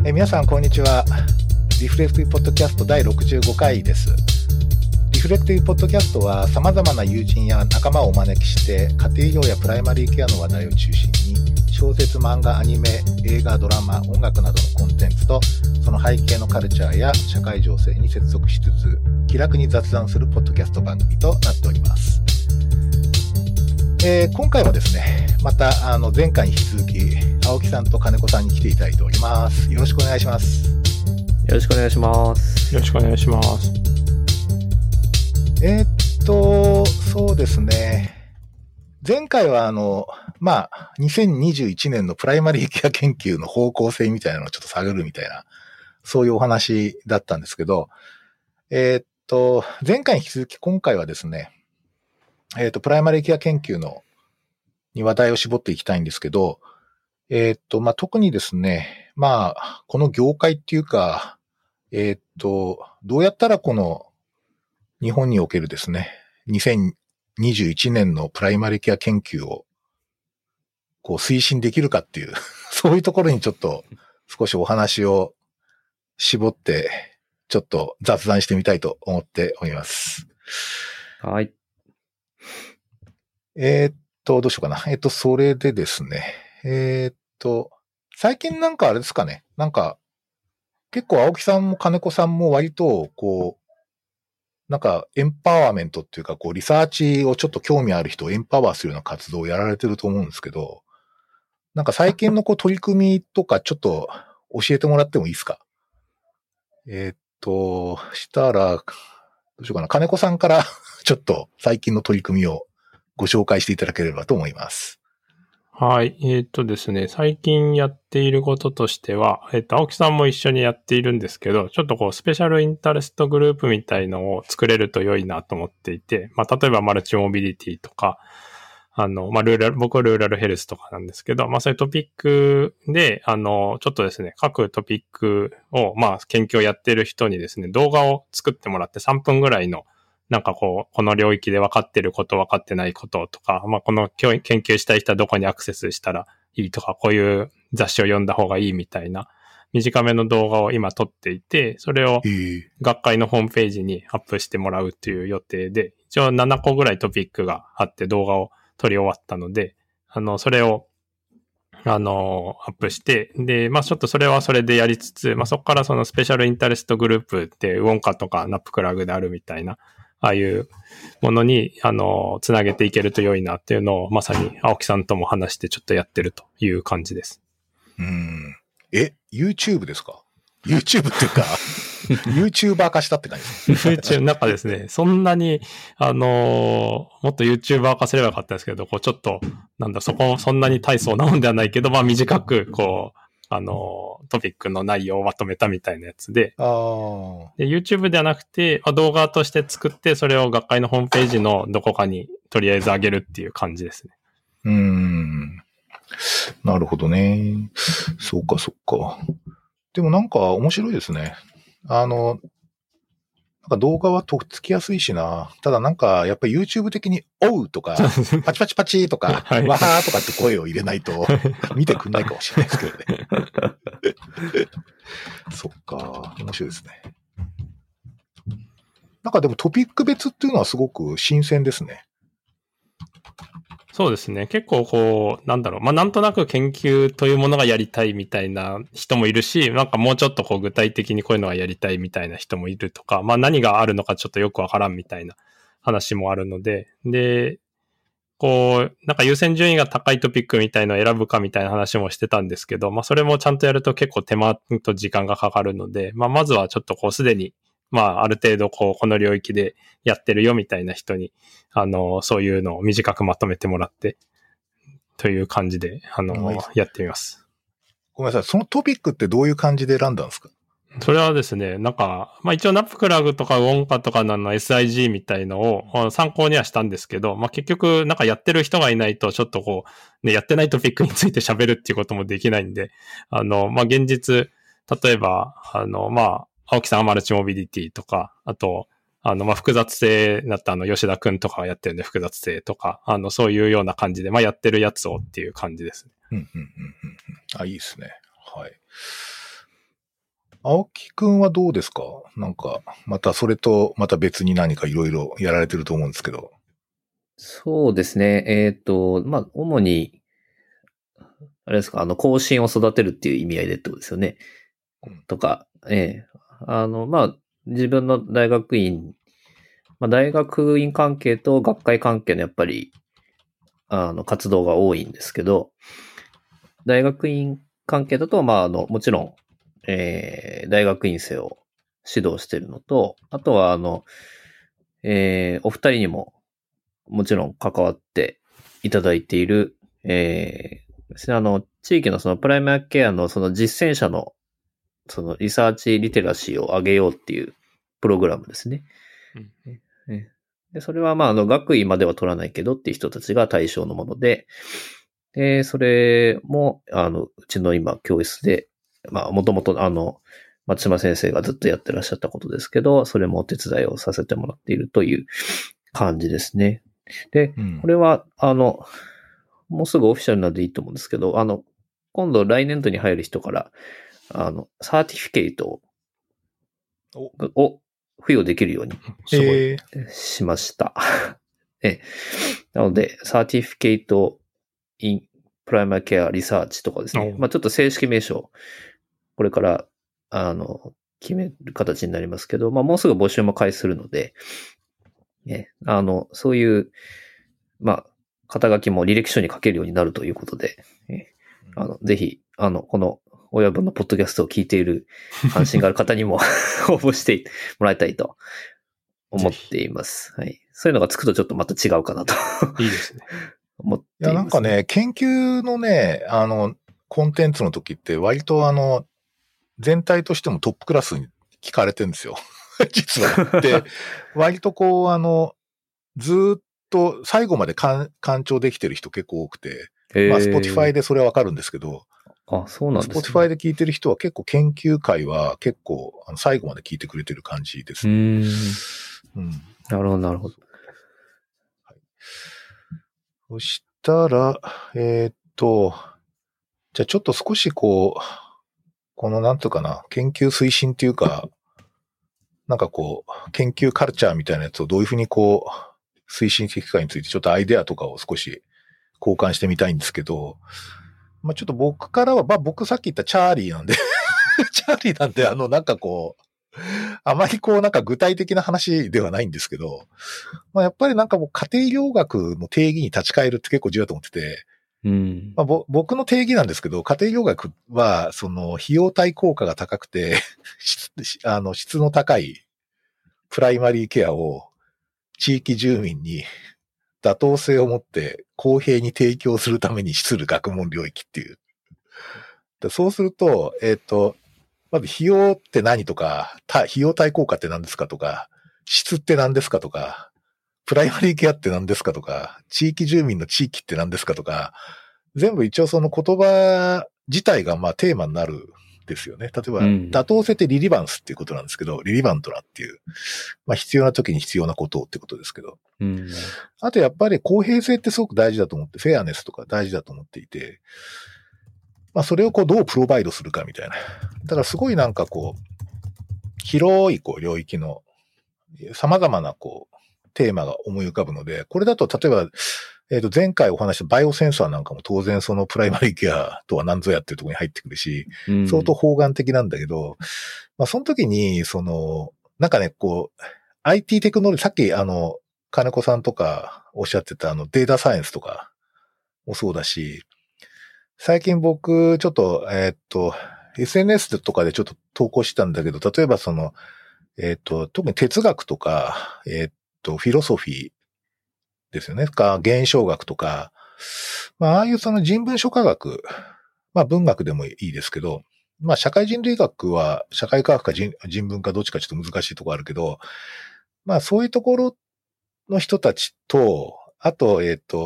皆さんこんにちは。リフレクティブポッドキャスト第65回です。リフレクティブポッドキャストは様々な友人や仲間をお招きして家庭医療やプライマリーケアの話題を中心に小説、漫画、アニメ、映画、ドラマ、音楽などのコンテンツとその背景のカルチャーや社会情勢に接続しつつ気楽に雑談するポッドキャスト番組となっております。今回もですね、また前回に引き続き青木さんと金子さんに来ていただいております。よろしくお願いします。 よろしくお願いします。 よろしくお願いします。 そうですね。前回は2021年のプライマリーケア研究の方向性みたいなのをちょっと探るみたいな、そういうお話だったんですけど、前回に引き続き今回はですね、プライマリーケア研究に話題を絞っていきたいんですけど、特にですね、この業界っていうか、どうやったらこの日本におけるですね、2021年のプライマリーケア研究をこう推進できるかっていう、そういうところにちょっと少しお話を絞って、ちょっと雑談してみたいと思っております。 はい。 どうしようかな。それでですね。最近なんかあれですかね。なんか、結構青木さんも金子さんも割と、こう、なんかエンパワーメントっていうか、こう、リサーチをちょっと興味ある人をエンパワーするような活動をやられてると思うんですけど、なんか最近のこう取り組みとかちょっと教えてもらってもいいですか？したら、どうしようかな。金子さんからちょっと最近の取り組みをご紹介していただければと思います。 はい。ですね、最近やっていることとしては、青木さんも一緒にやっているんですけど、ちょっとこう、スペシャルインタレストグループみたいのを作れると良いなと思っていて、例えばマルチモビリティとか、僕はルーラルヘルスとかなんですけど、そういうトピックで、ちょっとですね、各トピックを、研究をやっている人にですね、動画を作ってもらって3分ぐらいのなんかこの領域で分かってること、分かってないこととか、この研究したい人はどこにアクセスしたらいいとか、こういう雑誌を読んだ方がいいみたいな短めの動画を今撮っていて、それを学会のホームページにアップしてもらうという予定で、一応7個ぐらいトピックがあって動画を撮り終わったので、それをアップして、で、ちょっとそれはそれでやりつつ、そこからそのスペシャルインタレストグループってウォンカとかナップクラグであるみたいな、ああいうものに、つなげていけると良いなっていうのを、まさに青木さんとも話してちょっとやってるという感じです。 YouTube ですか？ YouTube っていうか、YouTuber 化したって感じです。 YouTube なんかですね、そんなに、もっと YouTuber 化すればよかったんですけど、ちょっと、そんなに大層なもんではないけど、短く、トピックの内容をまとめたみたいなやつで、YouTube ではなくて、動画として作って、それを学会のホームページのどこかにとりあえず上げるっていう感じですね。 なるほどね。そうか。でもなんか面白いですね。なんか動画はとっつきやすいしな。ただなんかやっぱり YouTube 的におうとか、パチパチパチとか、 はい、 わーとかって声を入れないと見てくんないかもしれないですけどね。そっか、面白いですね。なんかでもトピック別っていうのはすごく新鮮ですね。 そうですね。結構なんとなく研究というものがやりたいみたいな人もいるし、なんかもうちょっと具体的にこういうのがやりたいみたいな人もいるとか、何があるのかちょっとよくわからんみたいな話もあるので、で、なんか優先順位が高いトピックみたいのを選ぶかみたいな話もしてたんですけど、それもちゃんとやると結構手間と時間がかかるので、まずはちょっとすでにある程度この領域でやってるよみたいな人に、そういうのを短くまとめてもらって、という感じで、やってみます。 ごめんなさい。そのトピックってどういう感じで選んだんですか？ それはですね、なんか、一応ナップクラグとかウォンカとかのSIG みたいのを参考にはしたんですけど、結局なんかやってる人がいないとちょっとやってないトピックについて喋るっていうこともできないんで、現実、例えば、青木さんはマルチモビリティとか、あと、複雑性だった吉田くんとかがやってるんで複雑性とか、そういうような感じで、やってるやつをっていう感じですね。 いいですね。はい。 青木くんはどうですか？なんか、またそれと、また別に何かいろいろやられてると思うんですけど。 そうですね。主に、あれですか、後進を育てるっていう意味合いでってことですよね。 うん。 とか、自分の大学院、大学院関係と学会関係のやっぱり、活動が多いんですけど、大学院関係だと、もちろん、大学院生を指導しているのと、あとは、お二人にも、もちろん関わっていただいている、ですね、地域のそのプライマーケアのその実践者の、そのリサーチリテラシーを上げようっていうプログラムですね。でそれは学位までは取らないけどっていう人たちが対象のもので、それも、うちの今、教室で、もともと松島先生がずっとやってらっしゃったことですけど、それもお手伝いをさせてもらっているという感じですね。で、これは、もうすぐオフィシャルなんでいいと思うんですけど、今度来年度に入る人から、サーティフィケイトを付与できるようにしました。なので、サーティフィケイトインプライマーケアリサーチとかですね。ちょっと正式名称、これから、決める形になりますけど、もうすぐ募集も開始するので、そういう、肩書きも履歴書に書けるようになるということで、ぜひ、この親分のポッドキャストを聞いている関心がある方にも応募してもらいたいと思っています。はい。そういうのがつくとちょっとまた違うかなと。 いいですね。 思っています、ね。 いや、なんかね、研究のね、コンテンツの時って割と全体としてもトップクラスに聞かれてるんですよ。実は。で、割とこう、ずーっと最後まで完聴できてる人結構多くて、Spotify でそれはわかるんですけど、 そうなんですね。 Spotify で聞いてる人は結構研究会は結構最後まで聞いてくれてる感じですね。 なるほど、なるほど。 はい、そしたら、じゃあちょっと少しこのなんとかな、研究推進っていうか、なんかこう、研究カルチャーみたいなやつをどういうふうにこう、推進していくかについてちょっとアイデアとかを少し交換してみたいんですけど、ちょっと僕からは、僕さっき言ったチャーリーなんで、チャーリーなんでなんかこう、あまりこうなんか具体的な話ではないんですけど、やっぱりなんかもう家庭医療学の定義に立ち返るって結構重要だと思ってて、僕の定義なんですけど、家庭医療学は、その、費用対効果が高くて質の高いプライマリーケアを地域住民に妥当性を持って公平に提供するために資する学問領域っていう。そうすると、まず費用って何とか、費用対効果って何ですかとか、質って何ですかとか、プライマリーケアって何ですかとか、地域住民の地域って何ですかとか、全部一応その言葉自体がテーマになるんですよね。例えば、妥当性ってリリバンスっていうことなんですけど、リリバントなっていう、必要な時に必要なことをってことですけど。あとやっぱり公平性ってすごく大事だと思って、フェアネスとか大事だと思っていて、それをこうどうプロバイドするかみたいな。だからすごいなんかこう、広いこう領域の様々なこう、テーマが思い浮かぶので、これだと例えば、前回お話したバイオセンサーなんかも当然そのプライマリーケアとは何ぞやっていうところに入ってくるし、相当方眼的なんだけど、その時に、なんかね、こう、IT テクノロジー、さっき金子さんとかおっしゃってたデータサイエンスとかもそうだし、最近僕、ちょっと、SNS とかでちょっと投稿したんだけど、例えば特に哲学とか、フィロソフィーですよね。現象学とか、ああいうその人文書科学、文学でもいいですけど、社会人類学は社会科学か人文かどっちかちょっと難しいところあるけど、そういうところの人たちと、あと、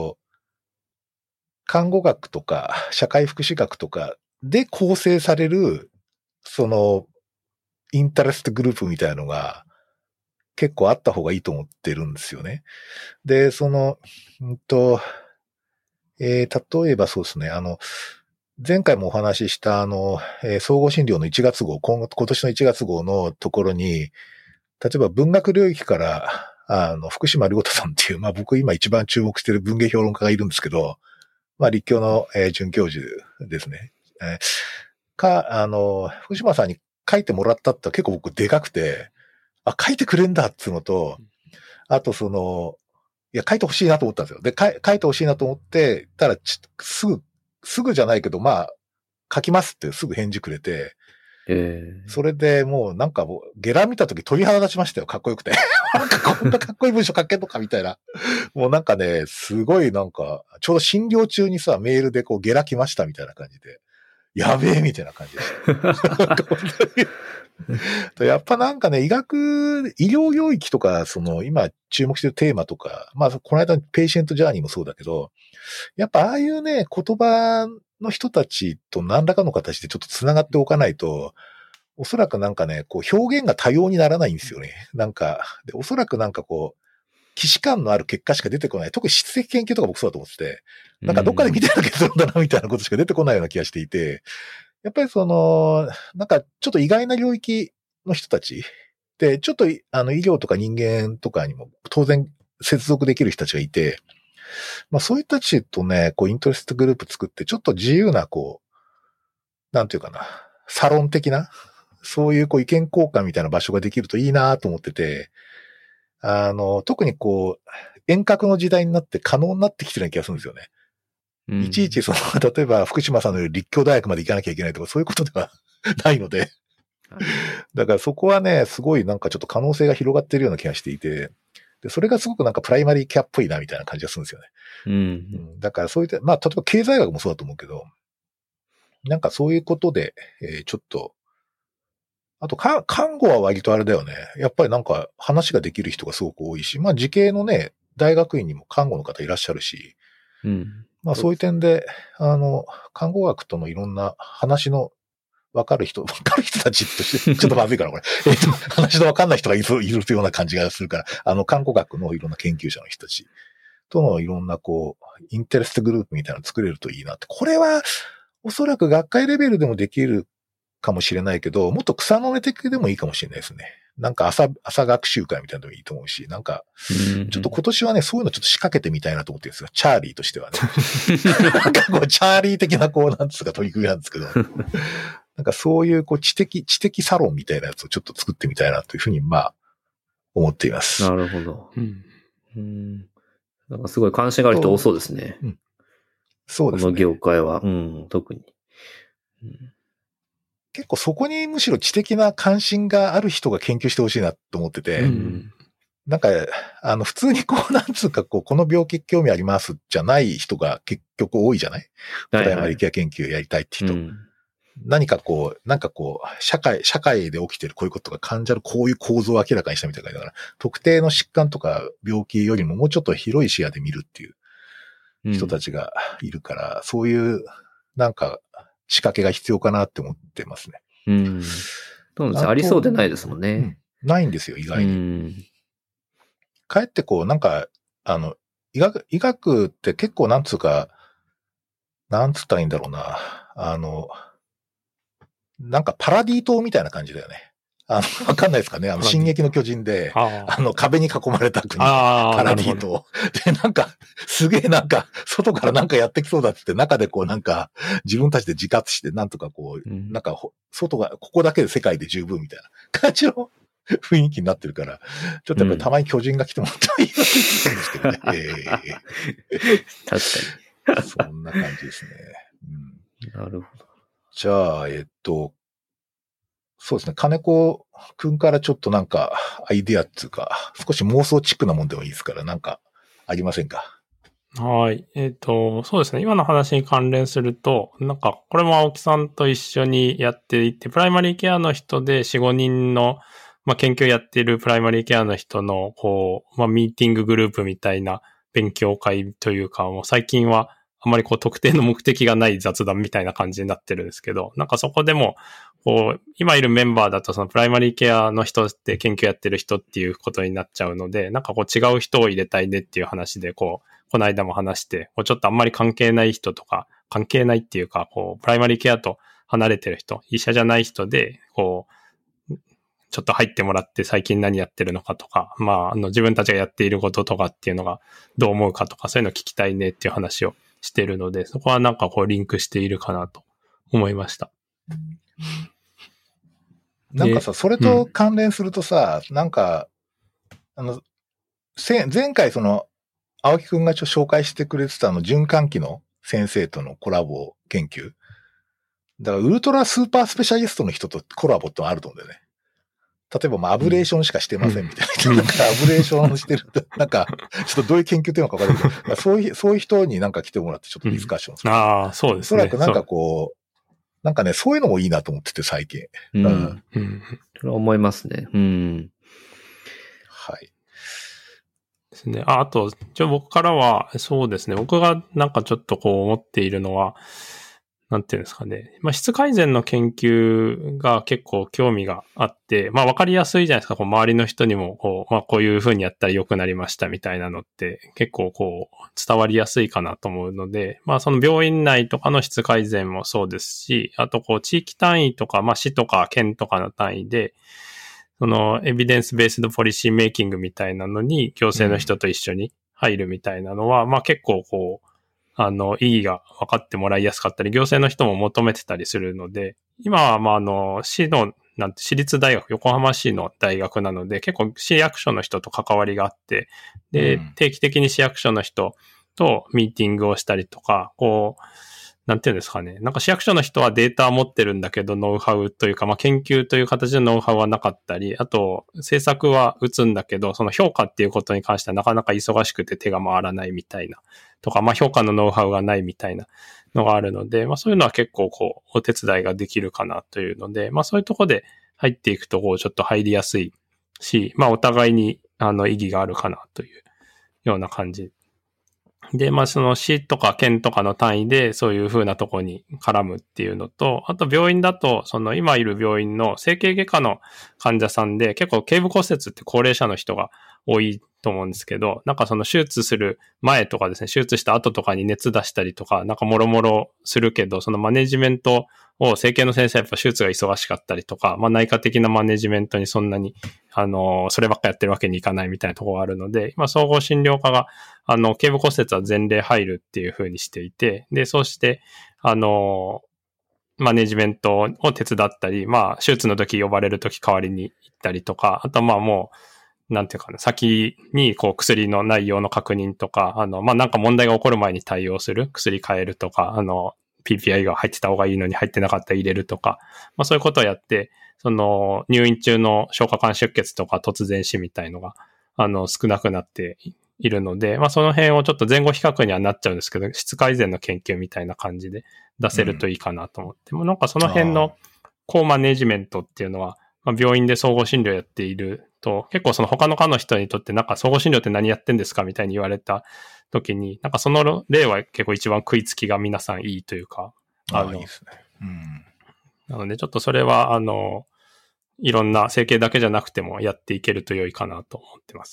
看護学とか社会福祉学とかで構成される、その、インタレストグループみたいなのが結構あった方がいいと思ってるんですよね。で、例えばそうですね、 前回もお話しした総合診療の1月号、今年の1月号のところに、例えば文学領域から、福島良太さんっていう、まあ僕今一番注目している文芸評論家がいるんですけど、まあ立教の、准教授ですね。福島さんに書いてもらったって結構僕でかくて、あ、書いてくれんだっていうのと、あといや、書いてほしいなと思ったんですよ。で、書いてほしいなと思って、ただすぐじゃないけど、まあ、書きますってすぐ返事くれて、それでもうなんかゲラ見たとき鳥肌立ちましたよ。かっこよくて。なんかこんなかっこいい文章書けんのかみたいな。もうなんかね、すごいなんか、ちょうど診療中にさ、メールでゲラ来ましたみたいな感じで。やべえみたいな感じでした。やっぱなんかね、医療領域とか、今注目してるテーマとか、まあ、この間のペイシェントジャーニーもそうだけど、やっぱああいうね、言葉の人たちと何らかの形でちょっと繋がっておかないと、おそらくなんかね、表現が多様にならないんですよね。なんか、で、おそらくなんか既視感のある結果しか出てこない。特に質的研究とか僕そうだと思ってて、なんかどっかで見てた結論だなみたいなことしか出てこないような気がしていて、やっぱりなんかちょっと意外な領域の人たちで、ちょっと医療とか人間とかにも当然接続できる人たちがいて、まあそういう人たちとね、イントレストグループ作って、ちょっと自由ななんていうかな、サロン的な、そういう意見交換みたいな場所ができるといいなと思ってて、特に遠隔の時代になって可能になってきてるような気がするんですよね。いちいち例えば福島さんのように立教大学まで行かなきゃいけないとかそういうことではないので。だからそこはね、すごいなんかちょっと可能性が広がってるような気がしていて、で、それがすごくなんかプライマリーケアっぽいなみたいな感じがするんですよね。だからそういった、まあ例えば経済学もそうだと思うけど、なんかそういうことで、ちょっと、あと看護は割とあれだよね。やっぱりなんか話ができる人がすごく多いし、まあ理系のね、大学院にも看護の方いらっしゃるし、まあそういう点で、看護学とのいろんな話のわかる人たちとして、ちょっとまずいかな、これ。話のわかんない人がいるような感じがするから、看護学のいろんな研究者の人たちとのいろんなインテレストグループみたいなの作れるといいなって。これは、おそらく学会レベルでもできるかもしれないけど、もっと草の根的でもいいかもしれないですね。なんか朝学習会みたいなのもいいと思うし、なんか、ちょっと今年はね、そういうのちょっと仕掛けてみたいなと思ってるんですよ。チャーリーとしてはね。なんかチャーリー的ななんですか、取り組みなんですけど。なんかそういう知的サロンみたいなやつをちょっと作ってみたいなというふうに、まあ、思っています。 なるほど。なんかすごい関心がある人多そうですね。 そうですね。 この業界は、特に。 結構そこにむしろ知的な関心がある人が研究してほしいなと思ってて、なんか、普通になんつうかこの病気興味ありますじゃない人が結局多いじゃない？プライマリーケア研究やりたいって人。何か社会で起きてるこういうことが患者のこういう構造を明らかにしたみたいな。だから、特定の疾患とか病気よりももうちょっと広い視野で見るっていう人たちがいるから、そういうなんか仕掛けが必要かなって思ってますね。 そうですね。ありそうでないですもんね。 ないんですよ、意外に。かえってなんか、医学って結構なんつうか、なんつったらいいんだろうな。なんかパラディ島みたいな感じだよね。わかんないですかね。進撃の巨人で、壁に囲まれた国、パラディ島。で、なんか、すげえなんか、外からなんかやってきそうだって、中でなんか、自分たちで自活して、なんとかなんか、外が、ここだけで世界で十分みたいな感じの雰囲気になってるから、ちょっとやっぱりたまに巨人が来てもらったらいいなと思うんですけどね。 確かに。 そんな感じですね。 なるほど。 じゃあ、そうですね。金子くんからちょっとなんか、アイデアっていうか、少し妄想チックなもんでもいいですから、なんか、ありませんか？ はい。そうですね。今の話に関連すると、なんか、これも青木さんと一緒にやっていて、プライマリーケアの人で4、5人の、研究やっているプライマリーケアの人の、ミーティンググループみたいな勉強会というか、もう最近は、あまり特定の目的がない雑談みたいな感じになってるんですけど、なんかそこでも、今いるメンバーだとそのプライマリーケアの人って研究やってる人っていうことになっちゃうので、なんか違う人を入れたいねっていう話で、この間も話して、ちょっとあんまり関係ない人とか、 関係ないっていうか、プライマリーケアと離れてる人、医者じゃない人で、ちょっと入ってもらって最近何やってるのかとか、自分たちがやっていることとかっていうのがどう思うかとか、そういうの聞きたいねっていう話をしてるので、そこはなんかリンクしているかなと思いました。 なんかさ、それと関連するとさ、なんか、前回青木くんが紹介してくれてた循環器の先生とのコラボ研究。だから、ウルトラスーパースペシャリストの人とコラボってのあると思うんだよね。例えば、アブレーションしかしてませんみたいな。なんか、アブレーションしてると、なんか、ちょっとどういう研究っていうのか分からないけど、そういう人になんか来てもらってちょっとディスカッションする。 ああ、そうですね。 おそらくなんかなんかね、そういうのもいいなと思ってて、最近。 それは思いますね。 はい。 ですね。あと、僕からは、そうですね。僕がなんかちょっと思っているのは、なんていうんですかね。質改善の研究が結構興味があって、わかりやすいじゃないですか。周りの人にも、こういう風にやったら良くなりましたみたいなのって、結構伝わりやすいかなと思うので、その病院内とかの質改善もそうですし、あと地域単位とか、市とか県とかの単位で、そのエビデンスベースドポリシーメイキングみたいなのに行政の人と一緒に入るみたいなのは、結構意義が分かってもらいやすかったり、行政の人も求めてたりするので、今は市の、私立大学、横浜市の大学なので、結構市役所の人と関わりがあって、で、定期的に市役所の人とミーティングをしたりとか、なんていうんですかね。なんか市役所の人はデータを持ってるんだけど、ノウハウというか、研究という形でノウハウはなかったり、あと、政策は打つんだけど、その評価っていうことに関してはなかなか忙しくて手が回らないみたいな、とか、評価のノウハウがないみたいなのがあるので、そういうのは結構お手伝いができるかなというので、そういうところで入っていくと、ちょっと入りやすいし、お互いに、意義があるかなというような感じ。で、その市とか県とかの単位でそういう風なとこに絡むっていうのと、あと病院だと、今いる病院の整形外科の患者さんで結構頸部骨折って高齢者の人が多いと思うんですけど、なんか手術する前とかですね、手術した後とかに熱出したりとか、なんかもろもろするけど、そのマネジメントを整形の先生はやっぱ手術が忙しかったりとか、内科的なマネジメントにそんなに、そればっかやってるわけにいかないみたいなところがあるので、今総合診療科が、頸部骨折は前例入るっていう風にしていて、で、そうして、マネジメントを手伝ったり、手術の時呼ばれる時代わりに行ったりとか、あともう、なんていうかな、先に薬の内容の確認とか、なんか問題が起こる前に対応する、薬変えるとか、PPI が入ってた方がいいのに入ってなかったら入れるとか、そういうことをやって、入院中の消化管出血とか突然死みたいのが、少なくなっているので、その辺をちょっと前後比較にはなっちゃうんですけど、質改善の研究みたいな感じで出せるといいかなと思って、なんかその辺のマネジメントっていうのは、病院で総合診療やっていると、結構他の科の人にとってなんか総合診療って何やってんですかみたいに言われた時に、なんかその例は結構一番食いつきが皆さんいいというか、 いいですね。 なのでちょっとそれは、いろんな整形だけじゃなくてもやっていけると良いかなと思ってます。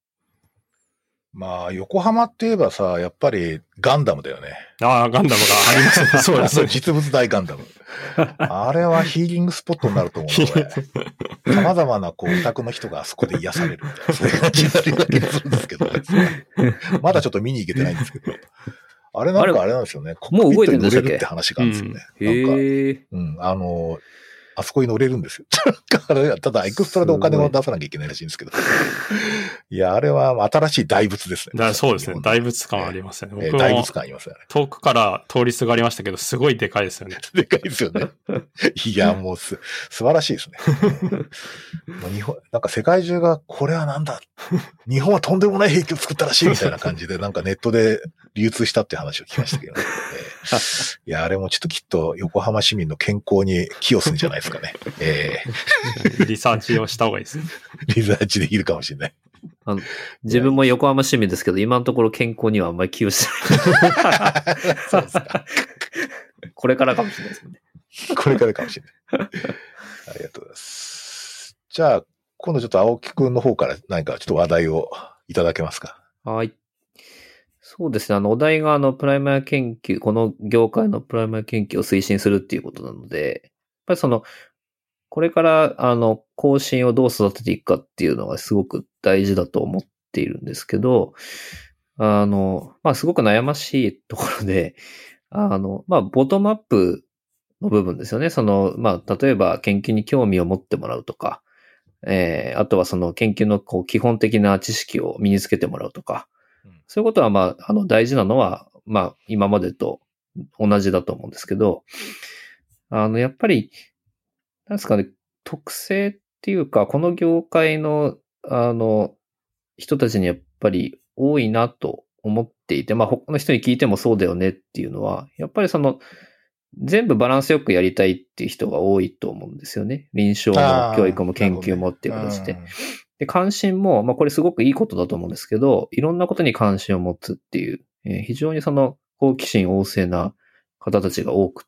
横浜って言えばさ、やっぱりガンダムだよね。 ガンダムがありますね。そうですね。 実物大ガンダム。あれはヒーリングスポットになると思うので、様々なオタクの人があそこで癒されるみたいな、そういう感じになるような気がするんですけど、まだちょっと見に行けてないんですけど、あれなんかあれなんですよね。 もう動いてるん乗ですかれるって話があるんですよね。なんか、あそこに乗れるんですよ。ただ、エクストラでお金を出さなきゃいけないらしいんですけど。いや、あれは新しい大仏ですね。 そうですね。大仏感ありますよね。 大仏感ありますよね。 遠くから通りすがりましたけど、すごいでかいですよね。 でかいですよね。いや、もう素晴らしいですね。日本、なんか世界中が、これはなんだ日本はとんでもない兵器を作ったらしいみたいな感じで、なんかネットで流通したって話を聞きましたけどね。いや、あれもちょっときっと横浜市民の健康に寄与するんじゃないですかね。 リサーチをした方がいいですね。 リサーチできるかもしれない。 自分も横浜市民ですけど、今のところ健康にはあんまり寄与してない。 そうですか。 これからかもしれないですね。 これからかもしれない。ありがとうございます。じゃあ、今度ちょっと青木くんの方から何かちょっと話題をいただけますか。 はい。 そうですね。お題がプライマリ研究、この業界のプライマリ研究を推進するっていうことなので、やっぱりこれから、更新をどう育てていくかっていうのがすごく大事だと思っているんですけど、まあ、すごく悩ましいところで、まあ、ボトムアップの部分ですよね。まあ、例えば研究に興味を持ってもらうとか、あとは研究の基本的な知識を身につけてもらうとか、そういうことはまあ、大事なのは、まあ、今までと同じだと思うんですけど、やっぱり、なんですかね、特性っていうか、この業界の、人たちにやっぱり多いなと思っていて、まあ他の人に聞いてもそうだよねっていうのは、やっぱり全部バランスよくやりたいっていう人が多いと思うんですよね。臨床も教育も研究もっていう形で。で、関心も、まあこれすごくいいことだと思うんですけど、いろんなことに関心を持つっていう、非常に好奇心旺盛な方たちが多くって、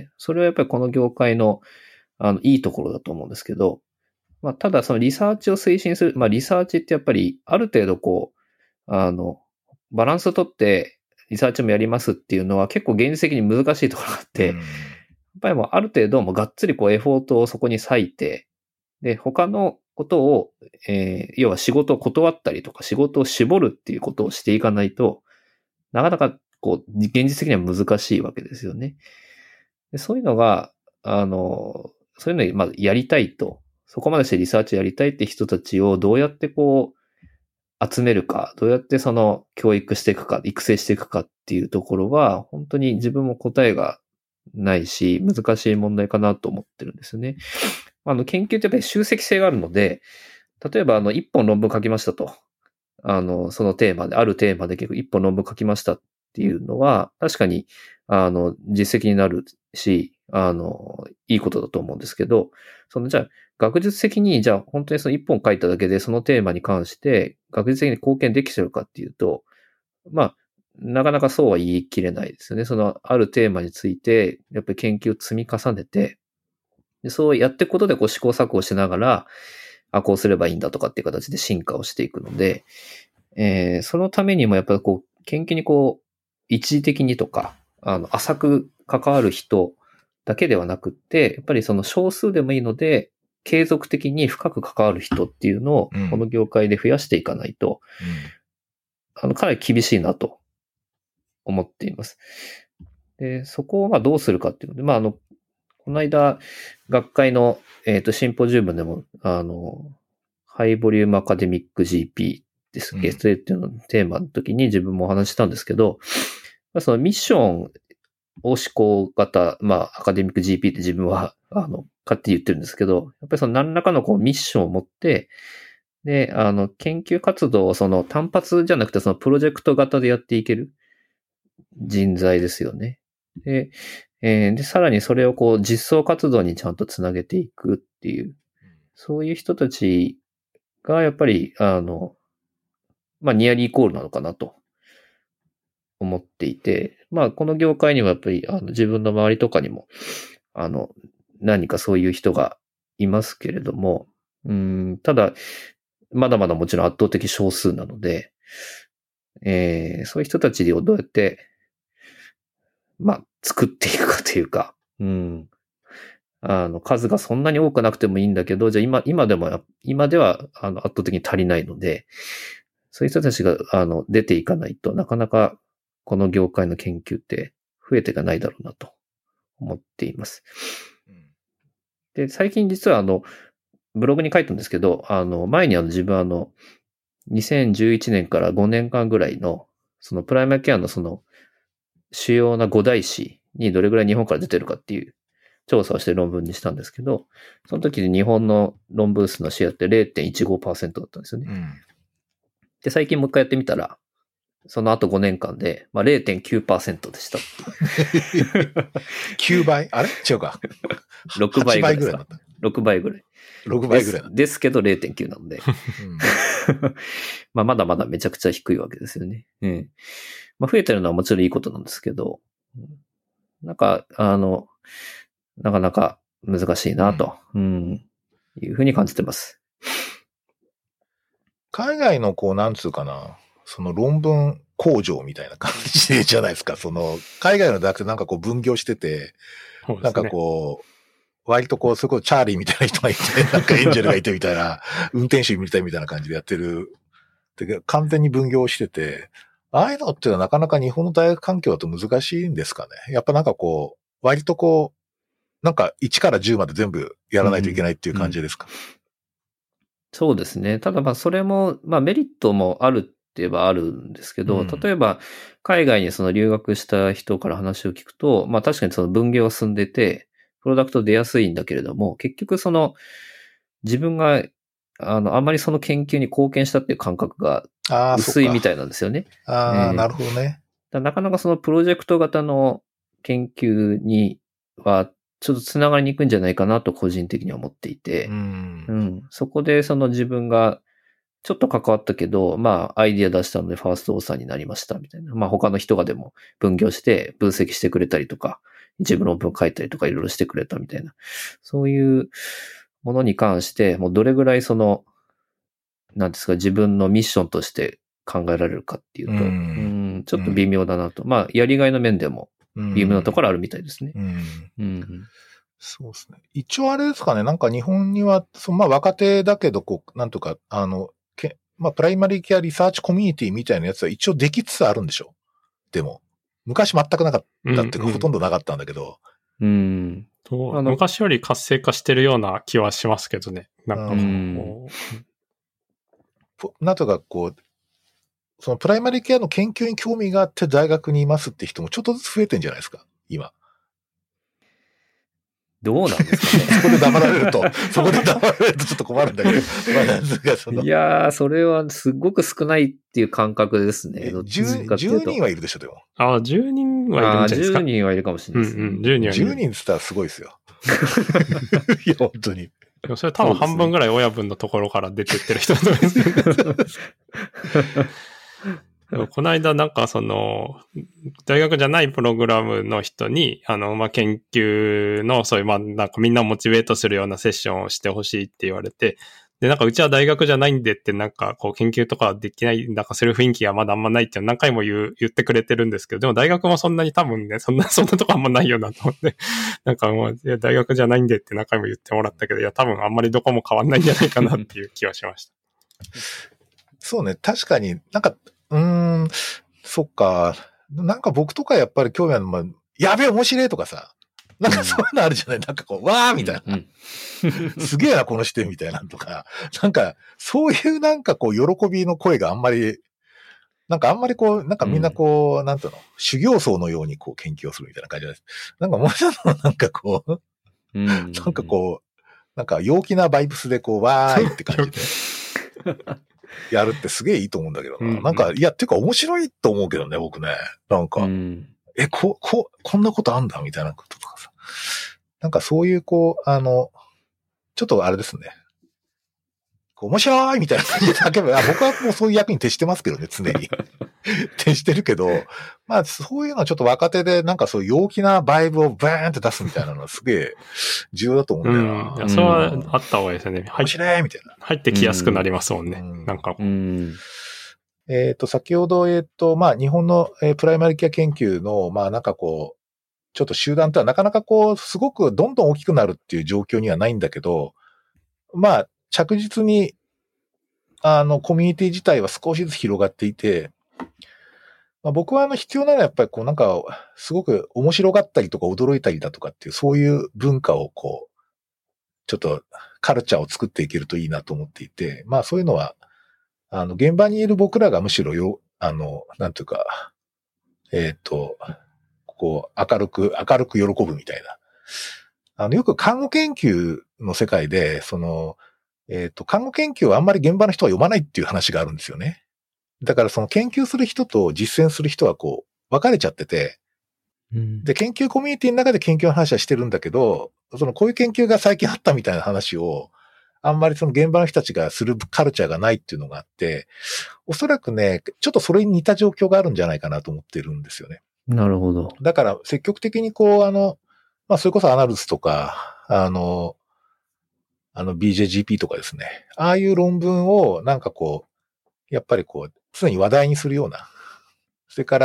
それはやっぱりこの業界の、いいところだと思うんですけど、まあ、ただリサーチを推進する、まあ、リサーチってやっぱりある程度バランスをとってリサーチもやりますっていうのは結構現実的に難しいところがあって、やっぱりもうある程度もうがっつりエフォートをそこに割いて、で、他のことを、要は仕事を断ったりとか仕事を絞るっていうことをしていかないと、なかなか現実的には難しいわけですよね。でそういうのが、そういうのにまあやりたいと、そこまでしてリサーチやりたいって人たちをどうやって集めるか、どうやって教育していくか、育成していくかっていうところは、本当に自分も答えがないし、難しい問題かなと思ってるんですよね。研究ってやっぱり集積性があるので、例えば一本論文書きましたと。そのテーマで、あるテーマで結構一本論文書きましたっていうのは、確かに、実績になるし、いいことだと思うんですけど、じゃあ、学術的に、じゃあ、本当に一本書いただけで、そのテーマに関して、学術的に貢献できてるかっていうと、まあ、なかなかそうは言い切れないですよね。あるテーマについて、やっぱり研究を積み重ねて、でそうやっていくことで試行錯誤しながら、こうすればいいんだとかっていう形で進化をしていくので、そのためにもやっぱり研究に一時的にとか、浅く関わる人だけではなくって、やっぱり少数でもいいので、継続的に深く関わる人っていうのを、この業界で増やしていかないと、かなり厳しいなと思っています。で、そこをどうするかっていうので、この間、学会の、シンポジウムでも、ハイボリュームアカデミック GP ですけど、っていうのテーマの時に自分もお話したんですけど、ミッションを思考型、アカデミック GP って自分は、勝手に言ってるんですけど、やっぱり何らかのミッションを持って、で、研究活動を単発じゃなくてプロジェクト型でやっていける人材ですよね。で、さらにそれを実装活動にちゃんとつなげていくっていう、そういう人たちがやっぱり、ニアリーイコールなのかなと思っていて、この業界にはやっぱり、自分の周りとかにも、何かそういう人がいますけれども、ただ、まだまだもちろん圧倒的少数なので、そういう人たちをどうやって、作っていくかというか、数がそんなに多くなくてもいいんだけど、じゃあ今では圧倒的に足りないので、そういう人たちが、出ていかないとなかなかこの業界の研究って増えていかないだろうなと思っています。で、最近実はブログに書いたんですけど、前に自分2011年から5年間ぐらいの、プライマーケアの主要な5大師にどれぐらい日本から出てるかっていう調査をして論文にしたんですけど、その時で日本の論文数のシェアって 0.15% だったんですよね。で、最近もう一回やってみたら、その後5年間で、0.9% でした。 9倍あれ違うか。 6倍ぐらいだった。 6倍ぐらい。 6倍ぐらいですけど 0.9 なので。まだまだめちゃくちゃ低いわけですよね。増えてるのはもちろんいいことなんですけど、なんか、なかなか難しいなと、いうふうに感じてます。 海外のなんつうかな、 その論文工場みたいな感じじゃないですか。その、海外の大学ってなんかこう分業してて、 そうですね。 なんかこう、割とこう、そこチャーリーみたいな人がいて、なんかエンジェルがいてみたいな、運転手みたいな感じでやってる。で完全に分業してて、ああいうのってのはなかなか日本の大学環境だと難しいんですかね。やっぱなんかこう、割とこう、なんか1から10まで全部やらないといけないっていう感じですか。 そうですね。ただまあそれも、まあメリットもあるって言えばあるんですけど、例えば海外にその留学した人から話を聞くと、まあ確かにその分業が進んでて、プロダクト出やすいんだけれども、結局その自分があんまりその研究に貢献したっていう感覚が薄いみたいなんですよね。 なるほどね。 なかなかそのプロジェクト型の研究にはちょっとつながりにくいんじゃないかなと個人的には思っていて、そこでその自分がちょっと関わったけど、まあアイディア出したのでファーストオーサーになりましたみたいな。まあ他の人がでも分業して分析してくれたりとか、自分の論文書いたりとかいろいろしてくれたみたいな。そういうものに関して、もうどれぐらいその、なんですか、自分のミッションとして考えられるかっていうと、ちょっと微妙だなと。まあ、やりがいの面でも、微妙なところあるみたいですね。 そうですね。一応あれですかね、なんか日本には、まあ若手だけど、こう、なんとか、まあプライマリーケアリサーチコミュニティみたいなやつは一応できつつあるんでしょ？でも、昔全くなかったっていうか、ほとんどなかったんだけど。 昔より活性化してるような気はしますけどね。なんかなんとかこう、そのプライマリーケアの研究に興味があって大学にいますって人もちょっとずつ増えてんじゃないですか、今。 どうなんですかね。 そこで黙られるとちょっと困るんだけど。 いやー、それはすごく少ないっていう感覚ですね。 10人はいるでしょ、でも。 10人はいるんじゃないですか。 10人はいるかもしれないですね。 10 人って言ったらすごいですよ。いや、本当に。 それ多分半分ぐらい親分のところから出てってる人だと思いますけど。この間なんかその、大学じゃないプログラムの人に、まあ、研究の、そういう、まあ、なんかみんなをモチベートするようなセッションをしてほしいって言われて、で、なんかうちは大学じゃないんでってなんかこう研究とかできない、なんかそういう雰囲気がまだあんまないって何回も言ってくれてるんですけど、でも大学もそんなに多分ね、そんなとこあんまないよなと思って、なんかもう、いや大学じゃないんでって何回も言ってもらったけど、いや多分あんまりどこも変わんないんじゃないかなっていう気はしました。 そうね、確かになんか、そっか、なんか僕とかやっぱり興味あるのは、やべえ面白いとかさ、なんかそういうのあるじゃない、なんかこう、わーみたいな。すげえな、この視点みたいなのとか。なんか、そういうなんかこう、喜びの声があんまり、なんかあんまりこう、なんかみんなこう、なんていうの、修行僧のようにこう研究をするみたいな感じです。なんかもうちょっとなんかこう、なんかこう、なんか陽気なバイブスでこう、わーいって感じで。やるってすげえいいと思うんだけどな。なんか、いや、てか面白いと思うけどね、僕ね。なんか、こんなことあんだみたいなこととかさ。なんかそういうこう、ちょっとあれですね。面白いみたいな感じで叫ぶ。僕はもうそういう役に徹してますけどね、常に。徹してるけど、まあそういうのはちょっと若手でなんかそういう陽気なバイブをバーンって出すみたいなのはすげえ重要だと思うんだよな。 それはあった方がいいですよね。 面白いみたいな。 入ってきやすくなりますもんね。なんか。 先ほど、まあ日本のプライマリケア研究の、まあなんかこう、ちょっと集団とはなかなかこう、すごくどんどん大きくなるっていう状況にはないんだけど、まあ着実に、コミュニティ自体は少しずつ広がっていて、まあ、僕は必要なのはやっぱりこうなんか、すごく面白がったりとか驚いたりだとかっていう、そういう文化をこう、ちょっとカルチャーを作っていけるといいなと思っていて、まあそういうのは、現場にいる僕らがむしろなんていうか、こう、明るく喜ぶみたいな。よく看護研究の世界で、看護研究はあんまり現場の人は読まないっていう話があるんですよね。だからその研究する人と実践する人はこう、分かれちゃってて、で、研究コミュニティの中で研究の話はしてるんだけど、こういう研究が最近あったみたいな話を、あんまりその現場の人たちがするカルチャーがないっていうのがあって、おそらくね、ちょっとそれに似た状況があるんじゃないかなと思ってるんですよね。 なるほど。 だから積極的にこう、まあ、それこそアナルスとか、BJGP とかですね。ああいう論文をなんかこう、やっぱりこう、 常に話題にするような。それから、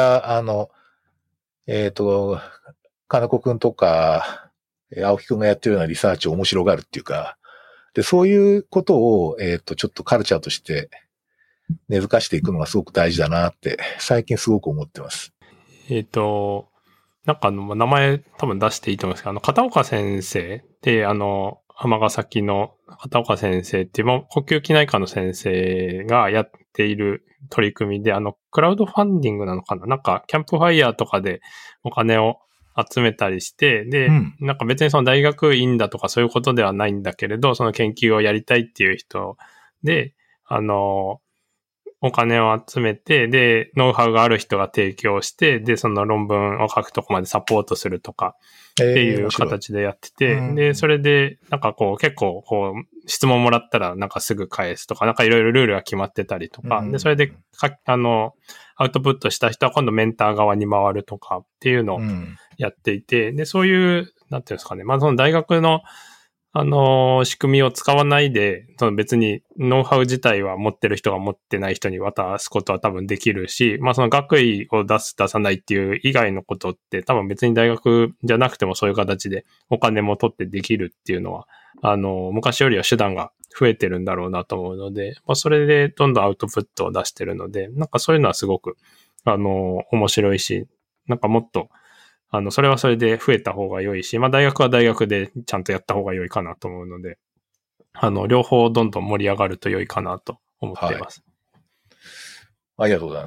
金子くんとか、青木くんがやってるようなリサーチを面白がるっていうか、で、そういうことを、ちょっとカルチャーとして根付かしていくのがすごく大事だなって、最近すごく思ってます。 なんか名前多分出していいと思うんですけど、片岡先生って尼崎の片岡先生っていう、呼吸器内科の先生がやっている取り組みで、クラウドファンディングなのかな、なんか、キャンプファイヤーとかでお金を集めたりして、で、なんか別にその大学院だとかそういうことではないんだけれど、その研究をやりたいっていう人で、お金を集めて、で、ノウハウがある人が提供して、で、その論文を書くとこまでサポートするとか、っていう形でやってて、で、それで、なんか結構質問もらったらなんかすぐ返すとか、なんかいろいろルールが決まってたりとか、で、それでアウトプットした人は今度メンター側に回るとかっていうのをやっていて、で、そういう、なんていうんですかね、その大学の仕組みを使わないで、別にノウハウ自体は持ってる人が持ってない人に渡すことは多分できるし、その学位を出さないっていう以外のことって多分別に大学じゃなくてもそういう形でお金も取ってできるっていうのは、昔よりは手段が増えてるんだろうなと思うので、それでどんどんアウトプットを出してるので、なんかそういうのはすごく、面白いし、なんかもっと、それはそれで増えた方が良いし、大学は大学でちゃんとやった方が良いかなと思うので、両方どんどん盛り上がると良いかなと思っています。 ありがとうございます。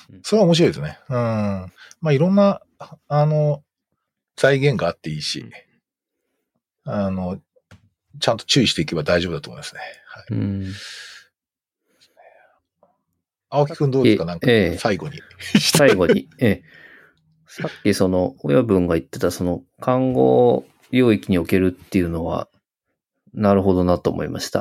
それは面白いですね。いろんな、財源があっていいし、ちゃんと注意していけば大丈夫だと思いますね。青木くんどうですか、なんか、最後に。 最後に。さっき親分が言ってた看護領域におけるっていうのは、なるほどなと思いました。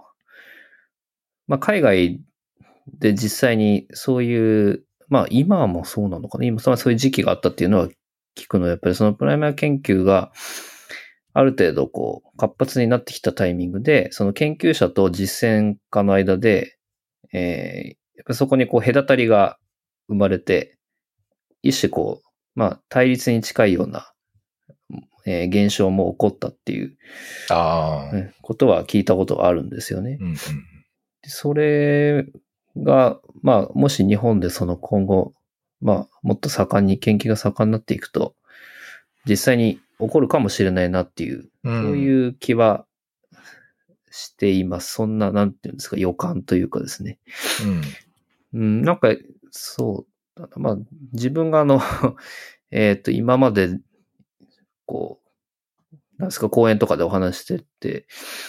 海外で実際にそういう、今もそうなのかな、今そういう時期があったっていうのは聞くのは、やっぱりそのプライマー研究がある程度活発になってきたタイミングで、その研究者と実践家の間で、やっぱそこに隔たりが生まれて、一種対立に近いような、現象も起こったっていうことは聞いたことがあるんですよね。それが、もし日本で今後、もっと盛んに研究が盛んになっていくと、実際に起こるかもしれないなっていう、そういう気はしています。そんな、なんていうんですか、予感というかですね。なんか、そうだな。自分が今まで、なんですか、講演とかでお話してて、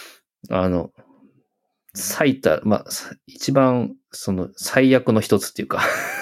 一番、最悪の一つっていうか、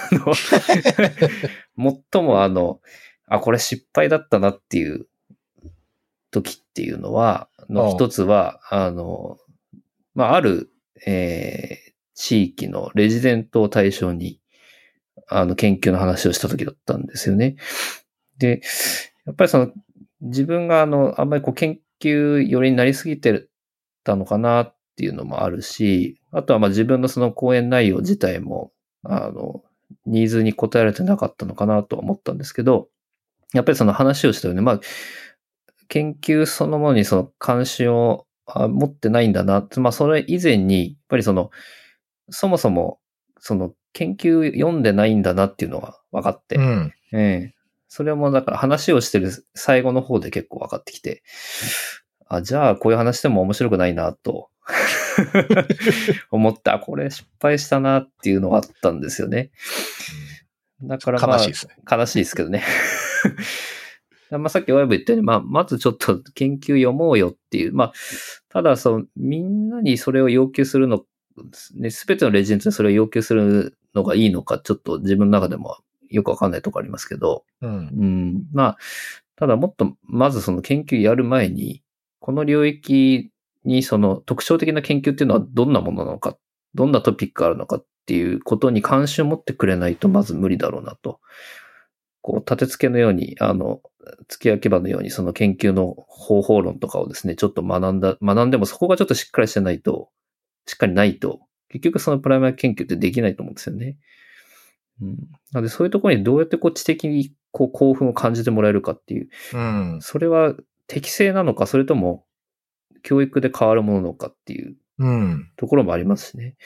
最もこれ失敗だったなっていう時っていうのは、一つは、ある、地域のレジデントを対象に、研究の話をした時だったんですよね。で、やっぱり自分があんまり研究寄りになりすぎてたのかなっていうのもあるし、あとは自分の講演内容自体も、ニーズに応えられてなかったのかなと思ったんですけど、やっぱり話をしたよね。研究そのものに関心を持ってないんだな。それ以前に、やっぱりそもそも、研究読んでないんだなっていうのが分かって、それもだから話をしてる最後の方で結構分かってきて、じゃあこういう話でも面白くないなと思って、これ失敗したなっていうのがあったんですよね。だから悲しいですね。 悲しいですけどね。さっき親分言ったように、まずちょっと研究読もうよっていう。ただみんなにそれを要求するの、ね、すべてのレジェンドにそれを要求するのがいいのか、ちょっと自分の中でもよくわかんないところありますけど。ただもっと、まず研究やる前に、この領域に特徴的な研究っていうのはどんなものなのか、どんなトピックがあるのかっていうことに関心を持ってくれないとまず無理だろうなと。立て付けのように、付け焼き場のように研究の方法論とかをですね、ちょっと学んでもそこがちょっとしっかりないと、 結局そのプライマリ研究ってできないと思うんですよね。なのでそういうところにどうやってこう知的にこう興奮を感じてもらえるかっていう、それは適正なのか、それとも教育で変わるものなのかっていうところもありますしね。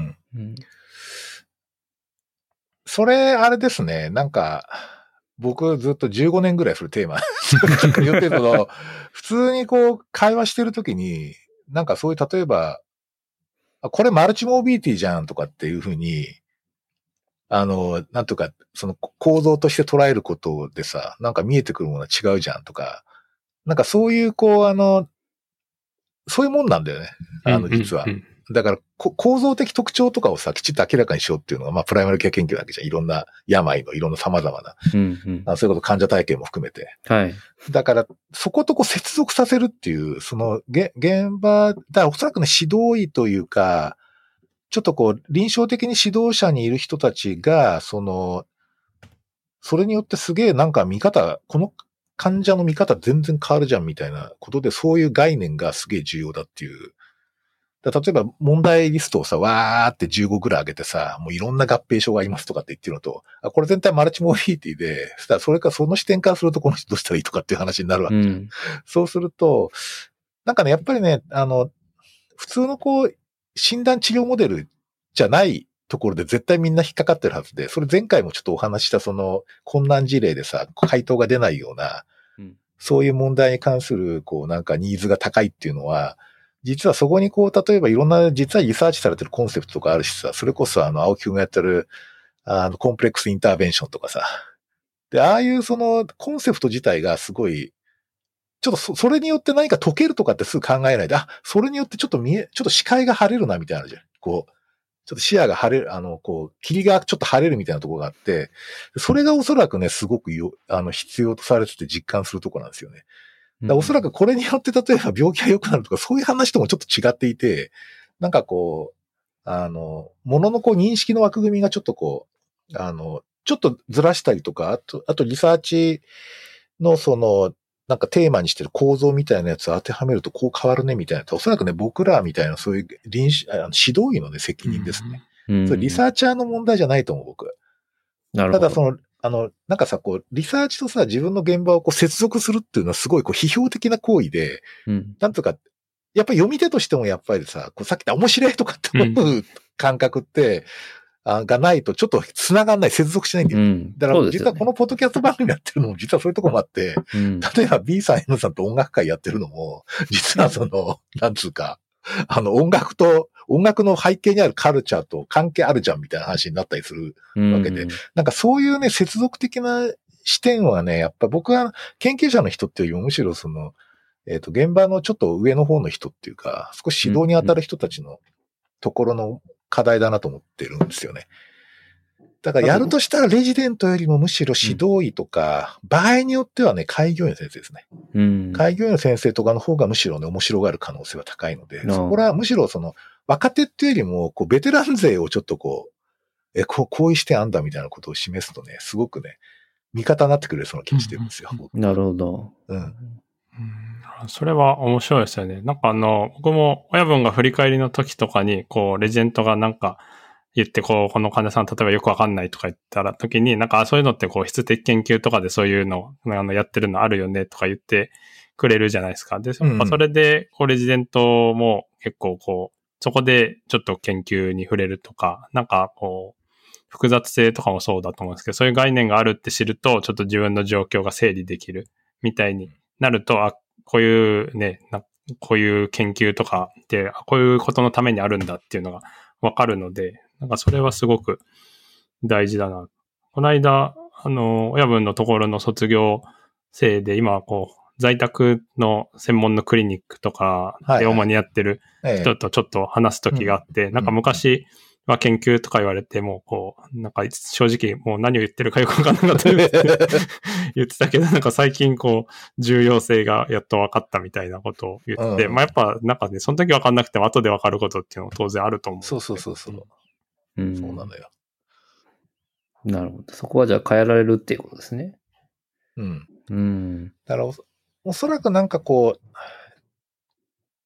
それ、あれですね。なんか、僕ずっと15年ぐらいするテーマ言ってるけど、普通にこう会話してるときに、なんかそういう例えば、これマルチモビリティじゃんとかっていうふうに、なんとか、その構造として捉えることでさ、なんか見えてくるものは違うじゃんとか、なんかそういうこうそういうもんなんだよね。実は。だから、構造的特徴とかをさ、きちっと明らかにしようっていうのが、まあ、プライマリケア研究だけじゃん。いろんな病のいろんな様々な。そういうこと患者体験も含めて。 はい。 だから、そことこう接続させるっていう、その、現場、だからおそらくね、指導医というか、ちょっとこう、臨床的に指導者にいる人たちが、それによってすげえなんか見方、この患者の見方全然変わるじゃんみたいなことで、そういう概念がすげえ重要だっていう。例えば問題リストをさ、わーって15ぐらい上げてさ、もういろんな合併症がありますとかって言ってるのと、これ全体マルチモビリティで、それからその視点からするとこの人どうしたらいいとかっていう話になるわけじゃん。そうすると、なんかね、やっぱりね、普通のこう、診断治療モデルじゃないところで絶対みんな引っかかってるはずで、それ前回もちょっとお話したその困難事例でさ、回答が出ないような、そういう問題に関する、こうなんかニーズが高いっていうのは、実はそこにこう、例えばいろんな実はリサーチされてるコンセプトとかあるしさ、それこそ青木くんがやってる、コンプレックスインターベンションとかさ。で、ああいうそのコンセプト自体がすごい、ちょっとそれによって何か解けるとかってすぐ考えないで、それによってちょっと視界が晴れるなみたいなのじゃん。こう、ちょっと視野が晴れる、こう、霧がちょっと晴れるみたいなところがあって、それがおそらくね、すごく必要とされてて実感するところなんですよね。おそらくこれによって例えば病気が良くなるとか、そういう話ともちょっと違っていて、なんかこう、もののこう認識の枠組みがちょっとこう、ちょっとずらしたりとか、あとリサーチのその、なんかテーマにしてる構造みたいなやつを当てはめるとこう変わるねみたいな。おそらくね、僕らみたいなそういう指導医のね、責任ですね。それリサーチャーの問題じゃないと思う、僕。 なるほど。 ただその、なんかさ、こう、リサーチとさ、自分の現場をこう接続するっていうのはすごいこう批評的な行為で、なんとか、やっぱり読み手としてもやっぱりさ、こうさっき言った面白いとかって思う感覚って、がないとちょっと繋がんない、接続しないんだよ。だから実はこのポッドキャスト番組やってるのも実はそういうところもあって、例えば B さん M さんと音楽会やってるのも、実はその、なんつうか、音楽の背景にあるカルチャーと関係あるじゃんみたいな話になったりするわけで、なんかそういうね、接続的な視点はね、やっぱ僕は研究者の人っていうよりもむしろその、現場のちょっと上の方の人っていうか、少し指導に当たる人たちのところの課題だなと思ってるんですよね。だからやるとしたらレジデントよりもむしろ指導医とか、場合によってはね、開業医の先生ですね。開業医の先生とかの方がむしろね、面白がる可能性は高いので、そこはむしろその、若手っていうよりも、こう、ベテラン勢をちょっとこう、こういう視点あんだみたいなことを示すとね、すごくね、味方になってくれそうな気がしてるんですよ。 なるほど。 それは面白いですよね。なんか僕も親分が振り返りの時とかに、こう、レジェントがなんか言って、この患者さん例えばよくわかんないとか言ったら時に、なんかそういうのってこう、質的研究とかでそういうの、やってるのあるよねとか言ってくれるじゃないですか。で、それで、こう、レジデントも結構こう、そこでちょっと研究に触れるとか、なんかこう、複雑性とかもそうだと思うんですけど、そういう概念があるって知ると、ちょっと自分の状況が整理できるみたいになると、こういうね、こういう研究とかって、こういうことのためにあるんだっていうのがわかるので、なんかそれはすごく大事だな。この間、親分のところの卒業生で、今こう、在宅の専門のクリニックとかで主にやってる人とちょっと話す時があって、なんか昔は研究とか言われても、こう、なんか正直もう何を言ってるかよくわかんなかったって言ってたけど、なんか最近こう、重要性がやっと分かったみたいなことを言って、まあやっぱなんかね、その時分かんなくても後で分かることっていうのも当然あると思う。 そう。そうなのよ。 なるほど。そこはじゃあ変えられるっていうことですね。だからおそらくなんかこう、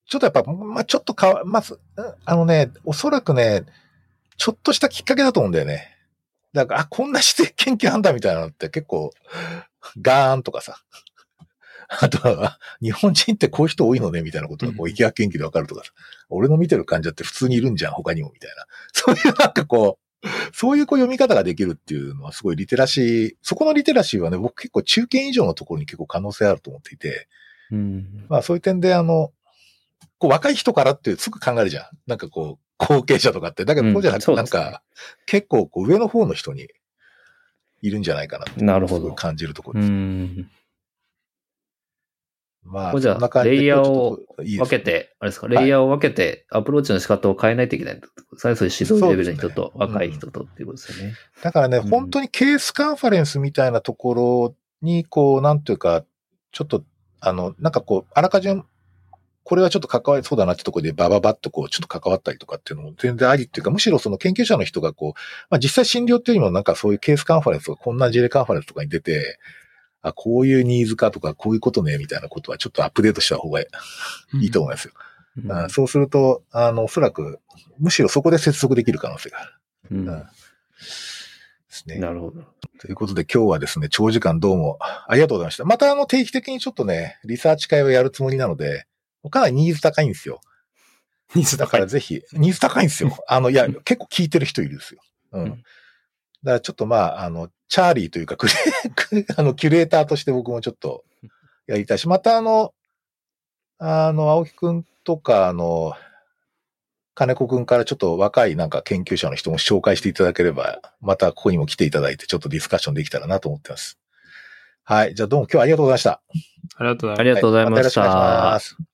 ちょっとやっぱ、まあ、ちょっとまず、おそらくね、ちょっとしたきっかけだと思うんだよね。だから、こんな自然研究あんだみたいなのって結構、ガーンとかさ。あとは、日本人ってこういう人多いのねみたいなことがこう、疫学研究でわかるとかさ。俺の見てる患者って普通にいるんじゃん、他にもみたいな。そういうなんかこう、そういう読み方ができるっていうのはすごいリテラシー、そこのリテラシーはね、僕結構中堅以上のところに結構可能性あると思っていて、まあそういう点でこう若い人からってすぐ考えるじゃん。なんかこう、後継者とかって。だけどそうじゃなくて、なんか、結構こう上の方の人にいるんじゃないかなって。 なるほど。 すごい感じるところです。まあ、 じゃあ、 そんな感じで。 レイヤーを分けて、あれですか、レイヤーを分けて、アプローチの仕方を変えないといけない。そういう指導レベルの人と若い人とっていうことですよね。 だからね、本当にケースカンファレンスみたいなところに、こう、なんていうか、ちょっと、なんかこう、あらかじめ、これはちょっと関わりそうだなってところでバババッとこう、ちょっと関わったりとかっていうのも全然ありっていうか、むしろその研究者の人がこう、まあ実際診療っていうよりもなんかそういうケースカンファレンスとか、こんな事例カンファレンスとかに出て、あ、こういうニーズかとか、こういうことね、みたいなことはちょっとアップデートした方がいいと思いますよ。そうすると、おそらく、むしろそこで接続できる可能性がある。ですね。 なるほど。 ということで今日はですね、長時間どうもありがとうございました。また定期的にちょっとね、リサーチ会をやるつもりなので、かなりニーズ高いんですよ。 ニーズ高い。 だからぜひ、ニーズ高いんですよ。いや、結構聞いてる人いるんですよ。だからちょっとまあ、チャーリーというかキュレーターとして僕もちょっとやりたいし、また青木くんとか金子くんからちょっと若いなんか研究者の人も紹介していただければ、またここにも来ていただいてちょっとディスカッションできたらなと思ってます。はい。じゃあどうも今日はありがとうございました。 ありがとうございました。 ありがとうございました。 またよろしくお願いします。